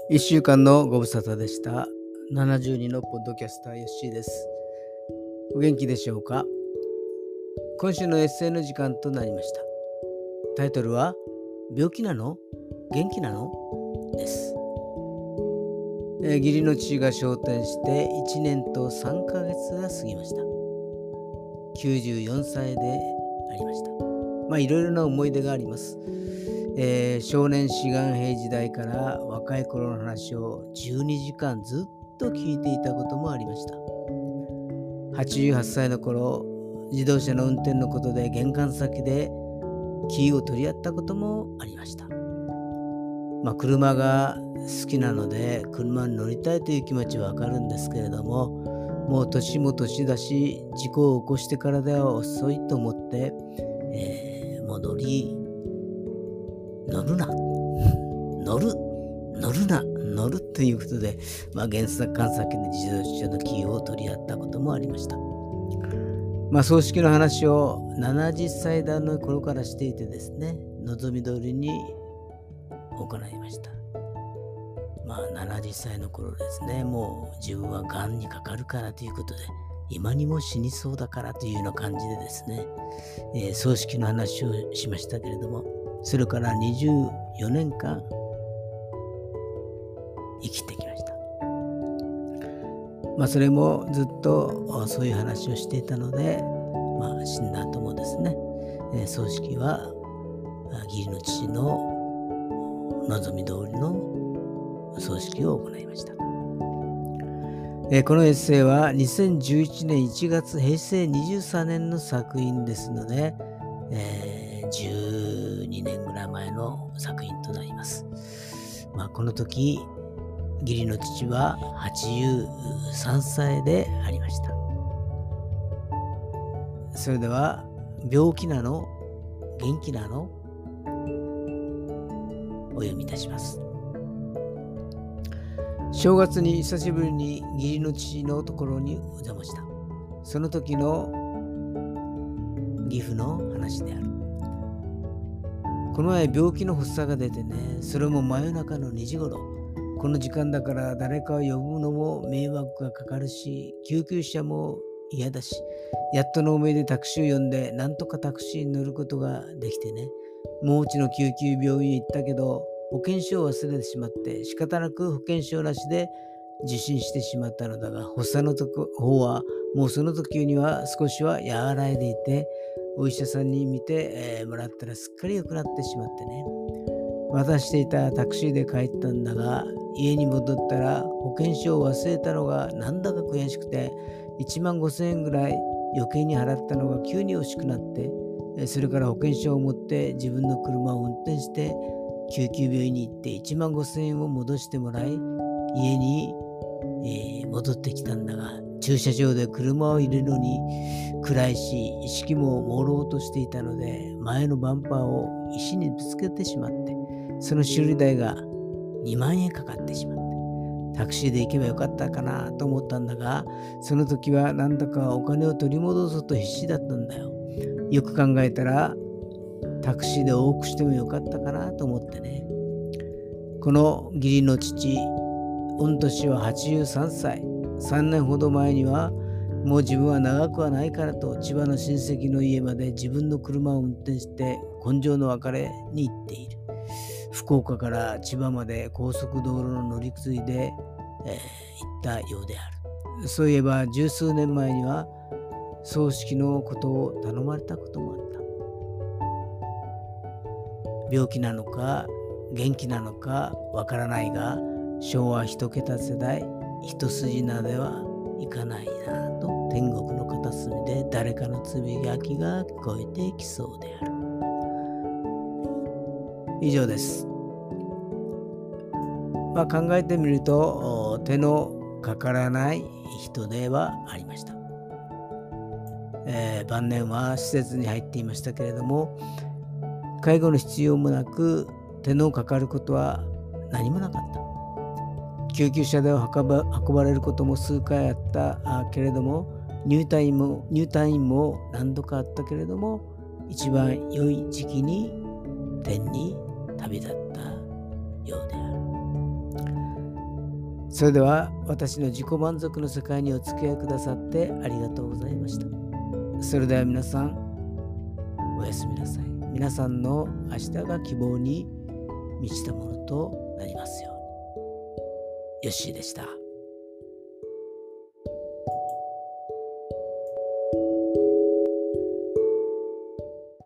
1週間のご無沙汰でした。72のポッドキャスターヨッシーです。お元気でしょうか。今週のエッセイの時間となりました。タイトルは病気なの？元気なの？です。義理の父が昇天して1年と3ヶ月が過ぎました。94歳でありました。いろいろな思い出があります。少年志願兵時代から若い頃の話を12時間ずっと聞いていたこともありました。88歳の頃、自動車の運転のことで玄関先で気を取り合ったこともありました。車が好きなので車に乗りたいという気持ちはわかるんですけれども、もう年も年だし事故を起こしてからでは遅いと思って、乗るということで、玄関先で自動車のキーを取り合ったこともありました。葬式の話を70歳代の頃からしていてですね、望み通りに行いました。70歳の頃ですね、もう自分はがんにかかるからということで、今にも死にそうだからというような感じでですね、葬式の話をしましたけれども、それから24年間生きてきました。それもずっとそういう話をしていたので、死んだ後もですね、葬式は義理の父の望み通りの葬式を行いました。このエッセイは2011年1月平成23年の作品ですので、12年ぐらい前の作品となります。この時義理の父は83歳でありました。それでは、病気なの？元気なの？お読みいたします。正月に久しぶりに義理の父のところにお邪魔した。その時の義父の話である。この前病気の発作が出てね、それも真夜中の2時頃。この時間だから誰かを呼ぶのも迷惑がかかるし、救急車も嫌だし、やっとの思いでタクシーを呼んで、なんとかタクシーに乗ることができてね、もううちの救急病院へ行ったけど、保険証を忘れてしまって、仕方なく保険証なしで受診してしまったのだが、発作の方はもうその時には少しは和らいでいて、お医者さんに見て、もらったらすっかり良くなってしまってね、渡していたタクシーで帰ったんだが、家に戻ったら保険証を忘れたのがなんだか悔しくて、15,000円ぐらい余計に払ったのが急に惜しくなって、それから保険証を持って自分の車を運転して救急病院に行って15,000円を戻してもらい、家に、戻ってきたんだが、駐車場で車を入れるのに暗いし、意識も朦朧としていたので、前のバンパーを石にぶつけてしまって、その修理代が2万円かかってしまって、タクシーで行けばよかったかなと思ったんだが、その時はなんだかお金を取り戻そうと必死だったんだよ。よく考えたらタクシーで往復してもよかったかなと思ってね。この義理の父、御年は83歳。3年ほど前には、もう自分は長くはないからと千葉の親戚の家まで自分の車を運転して今生の別れに行っている。福岡から千葉まで高速道路の乗り継いで、行ったようである。そういえば十数年前には葬式のことを頼まれたこともあった。病気なのか元気なのかわからないが、昭和一桁世代一筋縄ではいかないなと、天国の片隅で誰かのつぶやきが聞こえてきそうである。以上です。考えてみると手のかからない人ではありました。晩年は施設に入っていましたけれども、介護の必要もなく手のかかることは何もなかった。救急車で運ばれることも数回あったけれども、入退院も何度かあったけれども、一番良い時期に天に旅立ったようである。 それでは私の自己満足の世界にお付き合いくださってありがとうございました。それでは皆さん、おやすみなさい。皆さんの明日が希望に満ちたものとなりますように。よっしーでした。